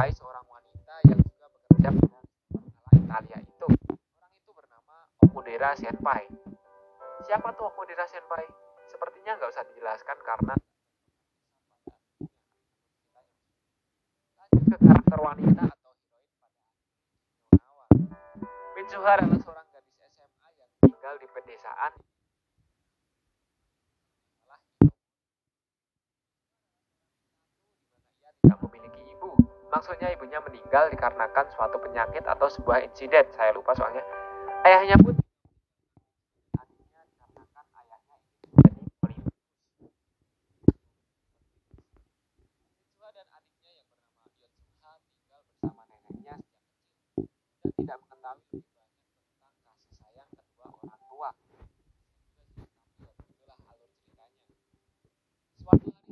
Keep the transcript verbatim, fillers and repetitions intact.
menjumpai seorang wanita yang juga bekerja pada superskala Italia itu. Orang itu bernama Okudera Senpai. Siapa tuh Okudera Senpai? Sepertinya nggak usah dijelaskan karena lanjut ke karakter wanita atau heroin pada Nonawa. Mitsuha adalah seorang gadis S M A yang tinggal di pedesaan. Ia tidak memiliki ibu. Maksudnya ibunya meninggal dikarenakan suatu penyakit atau sebuah insiden. Saya lupa soalnya. Ayahnya pun adiknya dikarenakan ayahnya ingin menjadi politikus. Mitsuha dan adiknya yang bernama Yotsuha tinggal bersama neneknya sejak kecil dan tidak mengetahui lebih banyak tentang kasih sayang kedua orang tua. Itulah alur ceritanya. Suatu hari